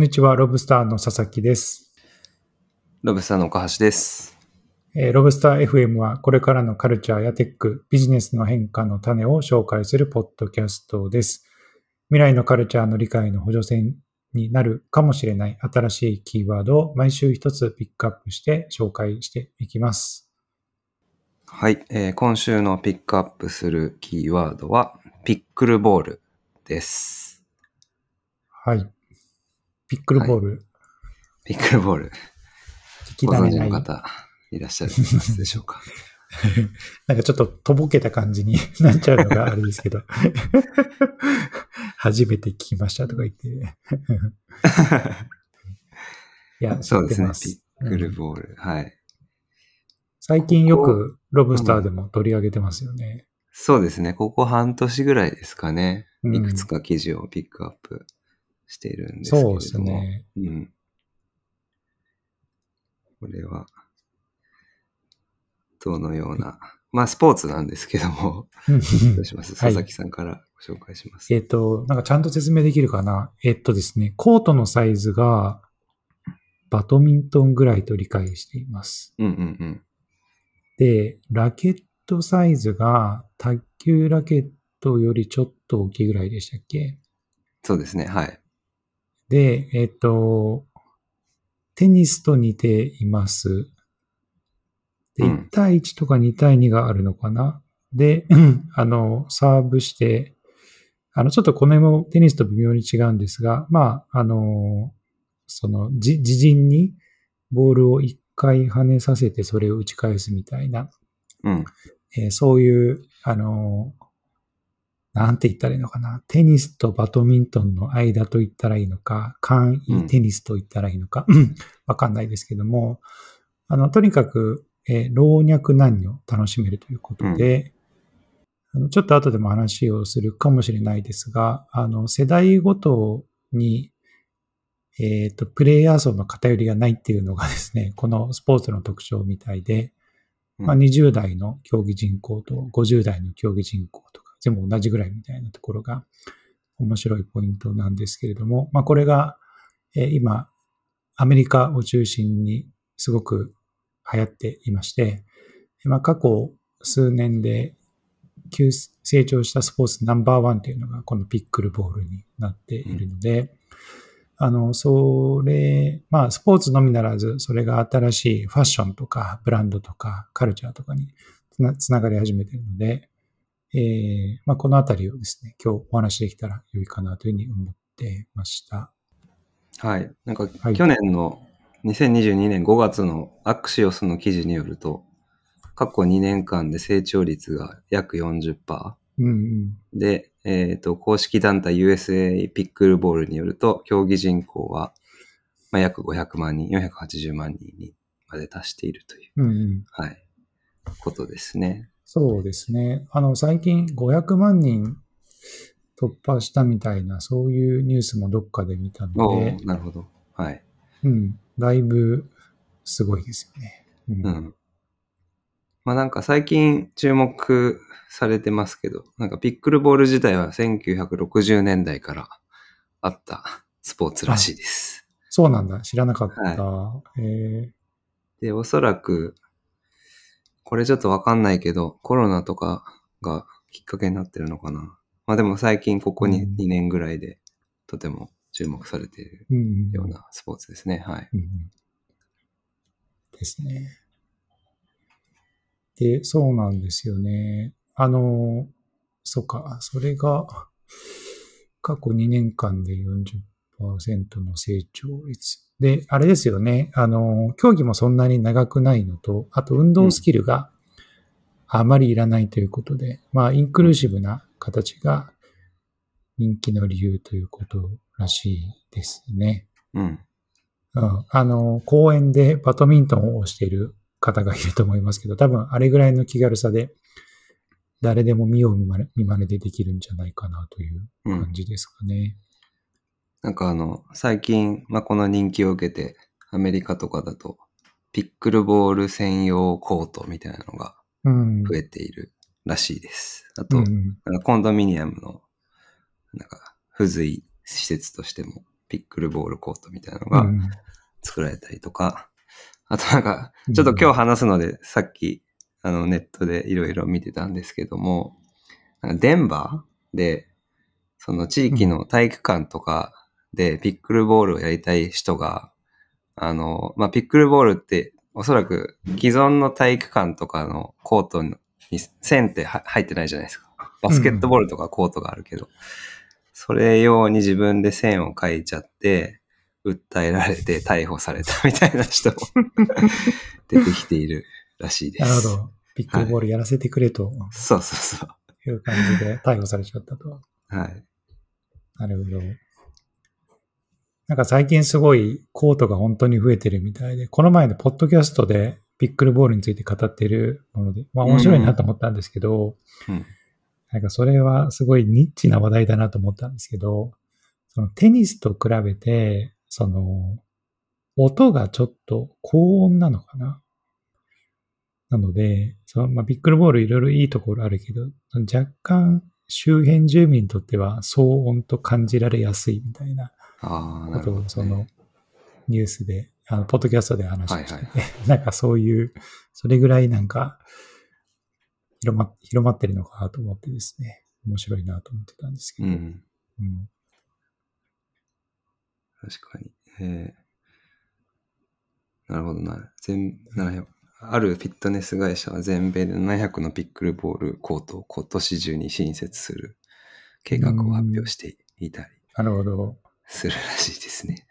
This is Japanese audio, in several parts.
にちは、ロブスターの佐々木です。 ロブスターの岡橋です。 ロブスター FM はこれからのカルチャーやテック、ビジネスの変化の種を紹介するポッドキャストです。未来のカルチャーの理解の補助線になるかもしれない新しいキーワードを毎週一つピックアップして紹介していきます。 はい、今週のピックアップするキーワードはピックルボールです。 はい。ピックルボール。はい、 ピックルボール。ご存知の方いらっしゃいますでしょうか。 なんかちょっととぼけた感じになっちゃうのがあれですけど初めて聞きましたとか言っていや、 そうですね、ピックルボール、はい。 最近よくロブスターでも取り上げてますよね。 そうですね、ここ半年ぐらいですかね、いくつか記事をピックアップしているんですけれども、そうですね。これはどのような、スポーツなんですけども、どうします？佐々木さんからご紹介します。 なんかちゃんと説明できるかな。ですね、コートのサイズがバドミントンぐらいと理解しています。で、ラケットサイズが卓球ラケットよりちょっと大きいぐらいでしたっけ？ そうですね、はい。 で、テニスと似ています。で、1対1とか2対2があるのかな。で、サーブして、ちょっとこの辺もテニスと微妙に違うんですが、自陣にボールを1回跳ねさせてそれを打ち返すみたいな、そういう、なんて言ったらいいのかな。テニスとバドミントンの間と言ったらいいのか、簡易テニスと言ったらいいのか、わかんないですけども、とにかく、老若男女楽しめるということで、ちょっと後でも話をするかもしれないですが、世代ごとに、プレイヤー層の偏りがないっていうのがですね、このスポーツの特徴みたいで、20代の競技人口と50代の競技人口とか、全部同じぐらいみたいなところが面白いポイントなんですけれども、これが、今、アメリカを中心にすごく流行っていまして、過去数年で成長したスポーツナンバーワンというのがこのピックルボールになっているので、それ、スポーツのみならず、それが新しいファッションとかブランドとかカルチャーとかにつながり始めているので、このあたりをですね、今日お話できたら良いかなというふうに思ってました。 はい。なんか、去年の2022年5月のアクシオスの記事によると、過去2年間で成長率が約 40%。で、公式団体 USA ピックルボールによると、競技人口は、約500万人、480万人にまで達しているという、ことですね。 そうですね。最近500万人突破したみたいな、そういうニュースもどっかで見たので。 なるほど。はい。 だいぶすごいですよね。 なんか最近注目されてますけど、なんかピックルボール自体は1960年代からあったスポーツらしいです。 そうなんだ。知らなかった。 で、おそらく、これちょっとわかんないけど、コロナとかがきっかけになってるのかな。でも最近ここに2年ぐらいでとても注目されているようなスポーツですね。 ですね。で、そうなんですよね。そうか、それが過去2年間で 40% の成長率。で、あれですよね。競技もそんなに長くないのと、あと運動スキルがあまりいらないということで、インクルーシブな形が人気の理由ということらしいですね。公園でバドミントンをしている方がいると思いますけど、多分あれぐらいの気軽さで誰でも見よう見まねでできるんじゃないかなという感じですかね。 なんか最近、この人気を受けてアメリカとかだとピックルボール専用コートみたいなのが増えているらしいです。あと、なんかコンドミニアムのなんか付随施設としてもピックルボールコートみたいなのが作られたりとか、あとなんか、ちょっと今日話すので、さっき、ネットでいろいろ見てたんですけども、デンバーで、その地域の体育館とかでピックルボールをやりたい人が、ピックルボールっておそらく既存の体育館とかのコートに線って入ってないじゃないですか。バスケットボールとかコートがあるけど、それ用に自分で線を描いちゃって、訴えられて逮捕されたみたいな人も出てきているらしいです。 なるほど。ピックルボールやらせてくれと。 そうそうそう。 いう感じで逮捕されちゃったと。 はい。 なるほど。なんか最近すごいコートが本当に増えてるみたいで、この前のポッドキャストでピックルボールについて語っているもので、面白いなと思ったんですけど、なんかそれはすごいニッチな話題だなと思ったんですけど、そのテニスと比べて、その音がちょっと高音なのかな。なので、ピックルボールいろいろいいところあるけど、若干周辺住民にとっては騒音と感じられやすいみたいなことをそのニュースで、ポッドキャストで話をしてて、なんかそういう、それぐらいなんか広まってるのかなと思ってですね、面白いなと思ってたんですけど。 確かに。なるほどな。あるフィットネス会社は全米で700のピックルボールコートを今年中に新設する計画を発表していたりなるほど。 するらしいですね。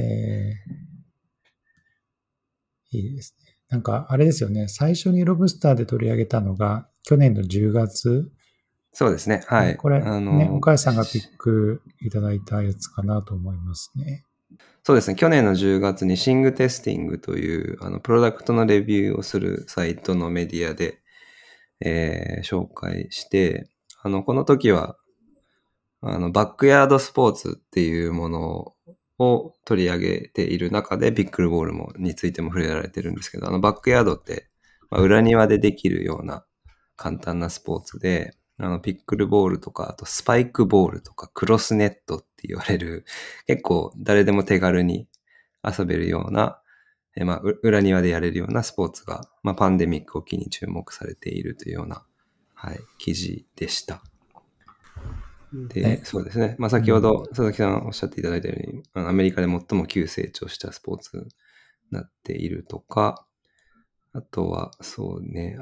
いいですね。なんかあれですよね。最初にロブスターで取り上げたのが去年の10月。 そうですね。はい。 これ、岡谷さんがピックいただいたやつかなと思いますね。 そうですね。去年の10月にシングテスティングという、プロダクトのレビューをするサイトのメディアで、紹介して、この時は、バックヤードスポーツっていうものを取り上げている中で、ピックルボールについても触れられてるんですけど、バックヤードって、裏庭でできるような簡単なスポーツで、ピックルボールとか、あとスパイクボールとか、クロスネットって言われる、結構誰でも手軽に遊べるような、裏庭でやれるようなスポーツが、パンデミックを機に注目されているというような、記事でした。で、そうですね。先ほど佐々木さんおっしゃっていただいたように、アメリカで最も急成長したスポーツになっているとか、あとは、そうね、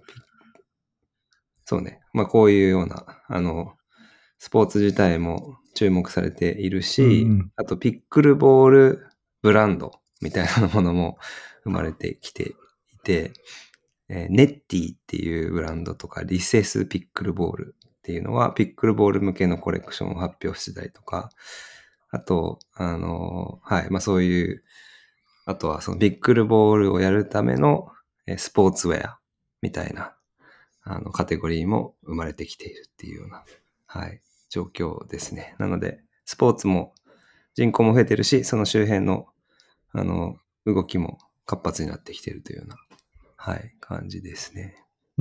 こういうような、スポーツ自体も注目されているし、あとピックルボールブランドみたいなものも生まれてきていて、ネッティっていうブランドとか、リセスピックルボールっていうのは、ピックルボール向けのコレクションを発表してたりとか、あと、そういう、あとはそのピックルボールをやるためのスポーツウェアみたいな、カテゴリーも生まれてきているっていうような、状況ですね。なので、スポーツも人口も増えてるし、その周辺の、動きも活発になってきているというような、感じですね。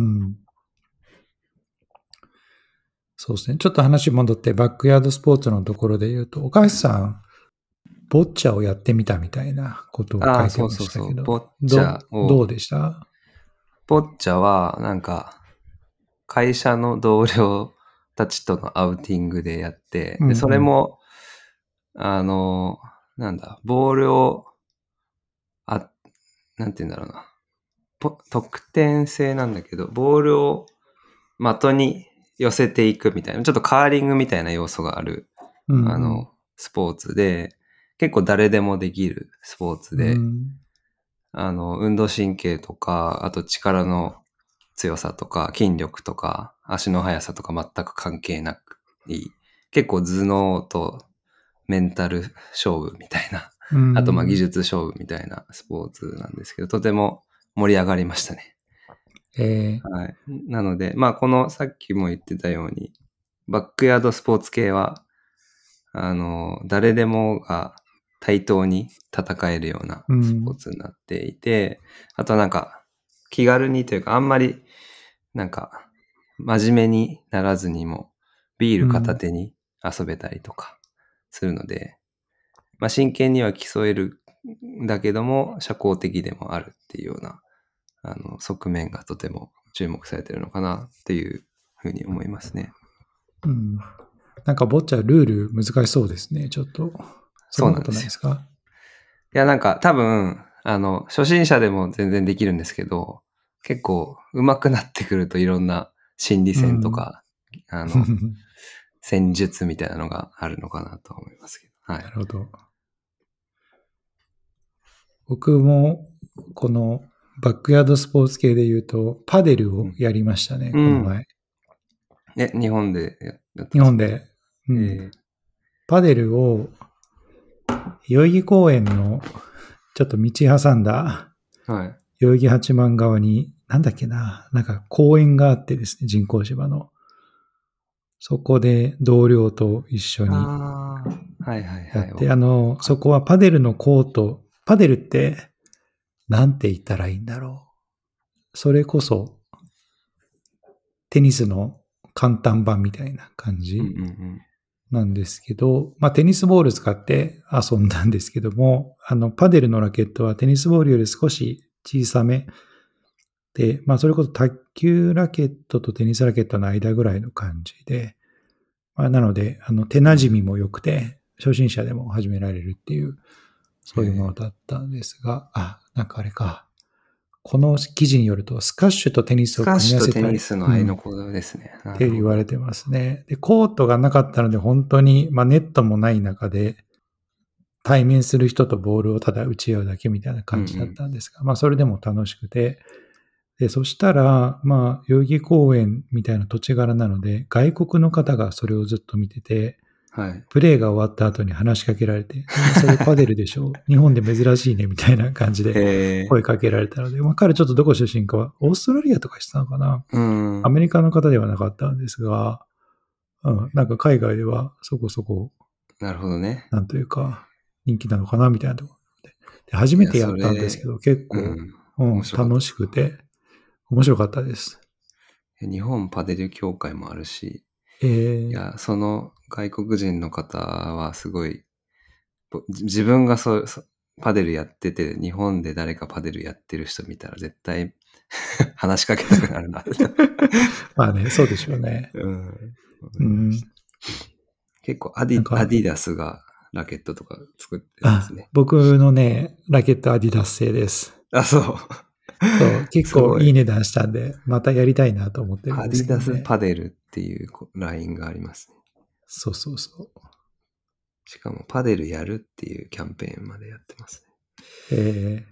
そうですね。ちょっと話戻って、バックヤードスポーツのところで言うと、岡橋さん、ボッチャをやってみたみたいなことを書いてましたけど、 ボッチャをどうでした？ ボッチャは、なんか、会社の同僚たちとのアウティングでやって、でそれも、ボールを、なんて言うんだろうな。得点制なんだけど、ボールを的に寄せていくみたいな、ちょっとカーリングみたいな要素がある、スポーツで、結構誰でもできるスポーツで、運動神経とか、あと力の強さとか、筋力とか、足の速さとか全く関係なくいい。結構頭脳とメンタル勝負みたいな、あと技術勝負みたいなスポーツなんですけど、とても盛り上がりましたね。なので、このさっきも言ってたように、バックヤードスポーツ系は、誰でもが対等に戦えるようなスポーツになっていて、あとなんか、気軽にというか、あんまり、なんか、真面目にならずにも、ビール片手に遊べたりとかするので、 まあ、真剣には競えるんだけども、社交的でもあるっていうような、側面がとても注目されてるのかなっていうふうに思いますね。 うん。なんかボッチャルール難しそうですね、ちょっと。そんなことないですか？ いや、なんか多分、初心者でも全然できるんですけど、結構上手くなってくるといろんな心理戦とか、戦術みたいなのがあるのかなと思いますけど。はい。 なるほど。僕も、このバックヤードスポーツ系で言うと、パデルをやりましたね、この前。 日本でやった日本で。パデルを、代々木公園のちょっと道挟んだ、代々木八幡側に、なんだっけな、なんか公園があってですね、人工芝の。そこで同僚と一緒にやって、そこはパデルのコート、パデルってなんて言ったらいいんだろう。それこそテニスの簡単版みたいな感じなんですけど、まあテニスボール使って遊んだんですけども、パデルのラケットはテニスボールより少し小さめで、まあそれこそ卓球ラケットとテニスラケットの間ぐらいの感じで、まあ、なので、手馴染みも良くて、初心者でも始められるっていう、そういうものだったんですが、なんかあれか。この記事によると、スカッシュとテニスを組み合わせたい。 スカッシュとテニスの合いの子ですね。 って言われてますね。で、コートがなかったので、本当に、まあネットもない中で、対面する人とボールをただ打ち合うだけみたいな感じだったんですが、まあそれでも楽しくて、で、そしたら、まあ、代々木公園みたいな土地柄なので、外国の方がそれをずっと見てて、プレーが終わった後に話しかけられて、それパデルでしょ日本で珍しいねみたいな感じで声かけられたので、まあ彼ちょっとどこ出身かは、オーストラリアとかしてたのかな、アメリカの方ではなかったんですが、なんか海外ではそこそこ、 なるほどね。 なんというか、人気なのかなみたいなところで。初めてやったんですけど、結構、楽しくて、面白かったです。 日本パデル協会もあるし、いや、その外国人の方はすごい、自分がパデルやってて、日本で誰かパデルやってる人見たら絶対話しかけたくなるな。 まあね、そうでしょうね。 結構アディダスがラケットとか作ってますね。 僕のね、ラケットアディダス製です。 そう。 そう結構いい値段したんで、またやりたいなと思ってるんですけど、ね。 アディダスパデルっていうラインがありますね。 そうそうそう。 しかもパデルやるっていうキャンペーンまでやってますね。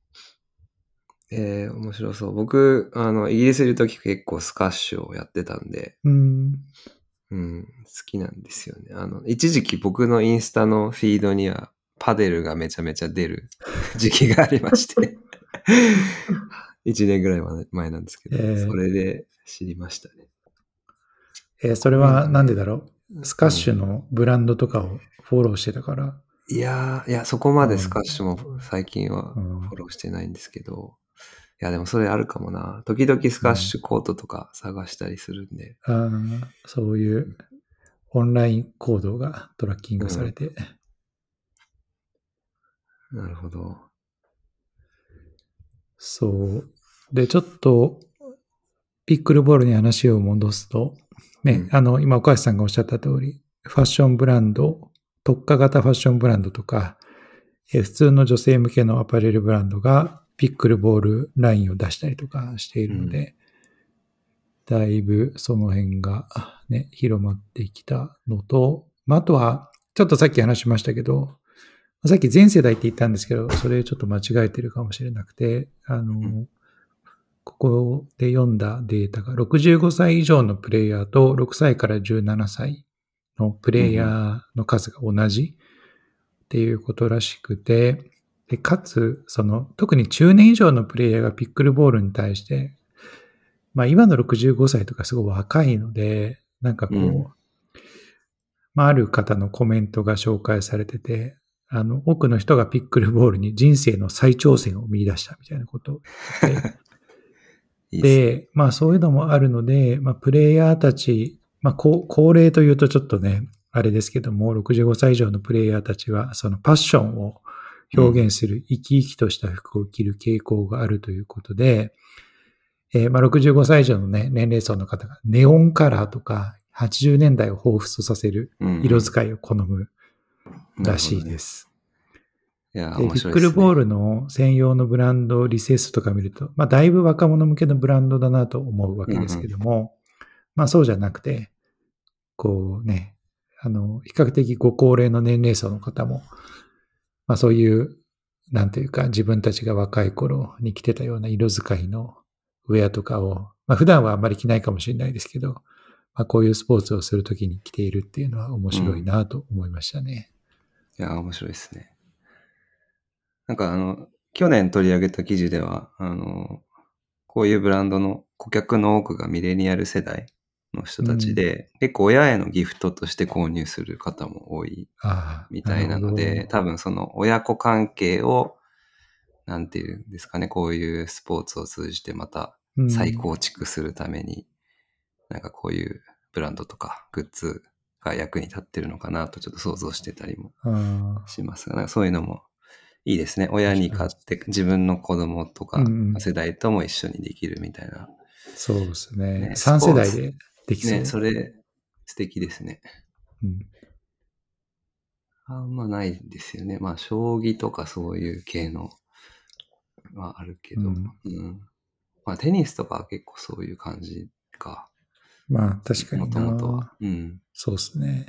面白そう。僕、イギリスいるとき結構スカッシュをやってたんで、好きなんですよね。一時期僕のインスタのフィードにはパデルがめちゃめちゃ出る時期がありまして、1年ぐらい前なんですけど、それで知りましたね。 それはなんでだろう、スカッシュのブランドとかをフォローしてたから。 いや、そこまでスカッシュも最近はフォローしてないんですけど、いや、でもそれあるかもな。時々スカッシュコートとか探したりするんで。 そういうオンライン行動がトラッキングされて。 なるほど。 そう。で、ちょっと、ピックルボールに話を戻すと、ね、今、岡橋さんがおっしゃった通り、ファッションブランド、特化型ファッションブランドとか、普通の女性向けのアパレルブランドがピックルボールラインを出したりとかしているので、だいぶその辺がね、広まってきたのと、あとは、ちょっとさっき話しましたけど、さっき全世代って言ったんですけど、それちょっと間違えてるかもしれなくて、ここで読んだデータが65歳以上のプレイヤーと6歳から17歳のプレイヤーの数が同じっていうことらしくて、でかつ、特に中年以上のプレイヤーがピックルボールに対して、まあ今の65歳とかすごい若いので、なんかこう、ある方のコメントが紹介されてて、多くの人がピックルボールに人生の再挑戦を見出したみたいなことを言ってで、まあそういうのもあるので、まあプレイヤーたち、まあ高齢というとちょっとね、 あれですけども、65歳以上のプレイヤーたちは、そのパッションを表現する生き生きとした服を着る傾向があるということで、65歳以上の、ね、年齢層の方がネオンカラーとか80年代を彷彿とさせる色使いを好むらしいです。 いや、 で、ピックルボールの専用のブランド、リセースとか見ると、だいぶ若者向けのブランドだなと思うわけですけども、そうじゃなくて、こうね、比較的ご高齢の年齢層の方も、そういう、なんていうか、自分たちが若い頃に着てたような色使いのウェアとかを、普段はあんまり着ないかもしれないですけど、こういうスポーツをするときに着ているっていうのは面白いなと思いましたね。 いや、面白いですね。なんか去年取り上げた記事では、こういうブランドの顧客の多くがミレニアル世代の人たちで、結構親へのギフトとして購入する方も多いみたいなので、多分その親子関係を、なんていうんですかね、こういうスポーツを通じてまた再構築するために、なんかこういうブランドとかグッズが役に立ってるのかなとちょっと想像してたりもしますが、なんかそういうのもいいですね。親に買って自分の子供とか世代とも一緒にできるみたいな。 そうですね。3世代でできそう。 ね、それ素敵ですね。あんまないですよね。将棋とかそういう系のはあるけど。テニスとかは結構そういう感じか。 確かにな。 もともとは。 そうですね。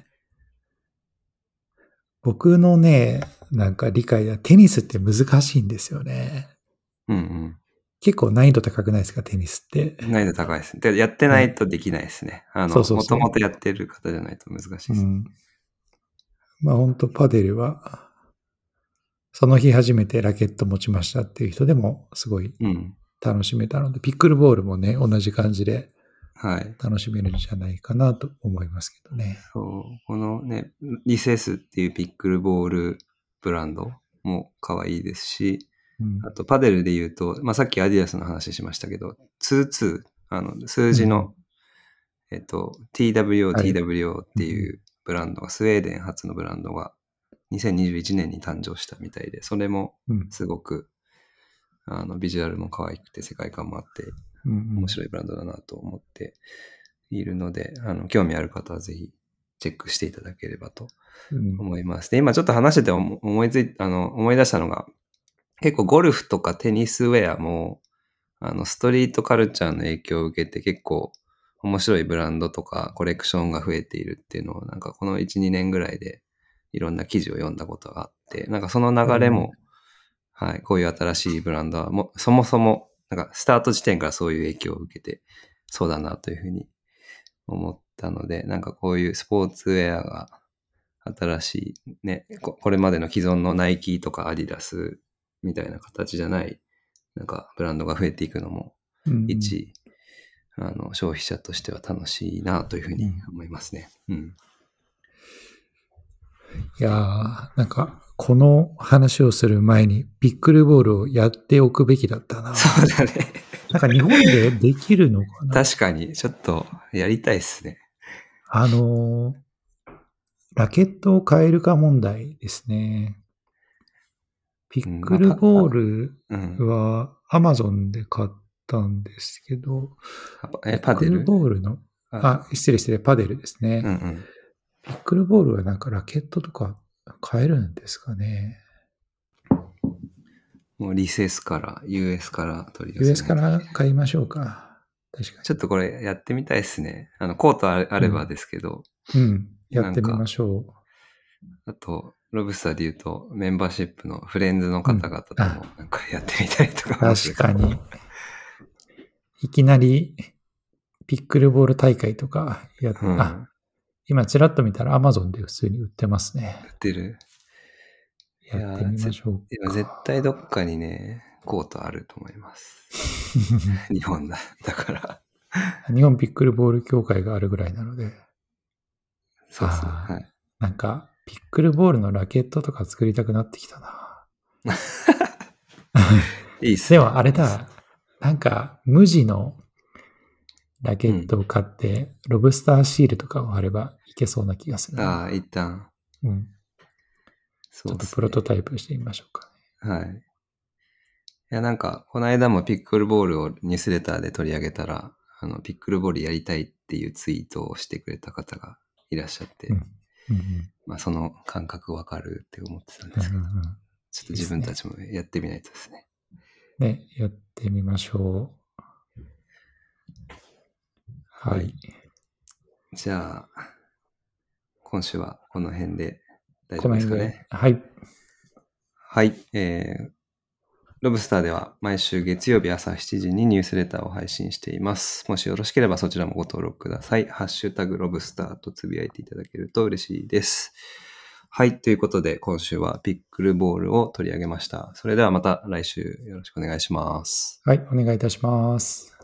僕のね、なんか理解はテニスって難しいんですよね。結構難易度高くないですか、テニスって。 難易度高いですね。で、やってないとできないですね。もともとやってる方じゃないと難しいです。 本当パデルは、その日初めてラケット持ちましたっていう人でもすごい楽しめたので、ピックルボールもね、同じ感じで楽しめるんじゃないかなと思いますけどね。 そう。このね、リセスっていうピックルボールブランドも可愛いですし、あとパデルで言うと、さっきアディダスの話しましたけど、22、数字の、TWO っていうブランドが、スウェーデン初のブランドが2021年に誕生したみたいで、それもすごく、ビジュアルも可愛くて世界観もあって、面白いブランドだなと思っているので、興味ある方はぜひチェックしていただければと思います。で、今ちょっと話してて思い出したのが、結構ゴルフとかテニスウェアも、ストリートカルチャーの影響を受けて結構面白いブランドとかコレクションが増えているっていうのをなんかこの1、2年ぐらいでいろんな記事を読んだことがあって、なんかその流れも、こういう新しいブランドはそもそもなんかスタート時点からそういう影響を受けてそうだなというふうに思ったので、なんかこういうスポーツウェアが新しいね、これまでの既存のナイキとかアディダスみたいな形じゃない、なんかブランドが増えていくのも、一、消費者としては楽しいなというふうに思いますね。 いやー、なんか、この話をする前にピックルボールをやっておくべきだったな。 そうだね。 なんか日本でできるのかな。 確かに、ちょっとやりたいですね。 ラケットを変えるか問題ですね。ピックルボールは Amazon で買ったんですけど、 パデル？ ピックルボールの、失礼、パデルですね。ピックルボールはなんかラケットとか買えるんですかね。 もうリセスから、US から取り寄せ US から買いましょうか。確かに。 ちょっとこれやってみたいですね。コートあればですけど。 やってみましょう。 あと、ロブスターで言うと、メンバーシップのフレンズの方々ともなんかやってみたりとか。 確かに。いきなり、ピックルボール大会とかやって、今ちらっと見たら Amazon で普通に売ってますね。 売ってる。 やってみましょうか。 今絶対どっかにね、コートあると思います。日本だから。 日本ピックルボール協会があるぐらいなので。 そうですね。はい。 なんか、ピックルボールのラケットとか作りたくなってきたな。 いいっすね。 でもあれだ、なんか無地のラケットを買って、ロブスターシールとかを貼ればいけそうな気がする。 ああ、一旦。 うん。ちょっとプロトタイプしてみましょうかね。はい。いや、なんか、この間もピックルボールをニュースレターで取り上げたら、ピックルボールやりたいっていうツイートをしてくれた方がいらっしゃって、まあ、その感覚わかるって思ってたんですけど、ちょっと自分たちもやってみないとですね。 ね、やってみましょう。はい。 じゃあ、今週はこの辺で大丈夫ですかね。 はい。 はい。ロブスターでは毎週月曜日朝7時にニュースレターを配信しています。もしよろしければそちらもご登録ください。ハッシュタグロブスターとつぶやいていただけると嬉しいです。はい。ということで今週はピックルボールを取り上げました。それではまた来週よろしくお願いします。 はい。お願いいたします。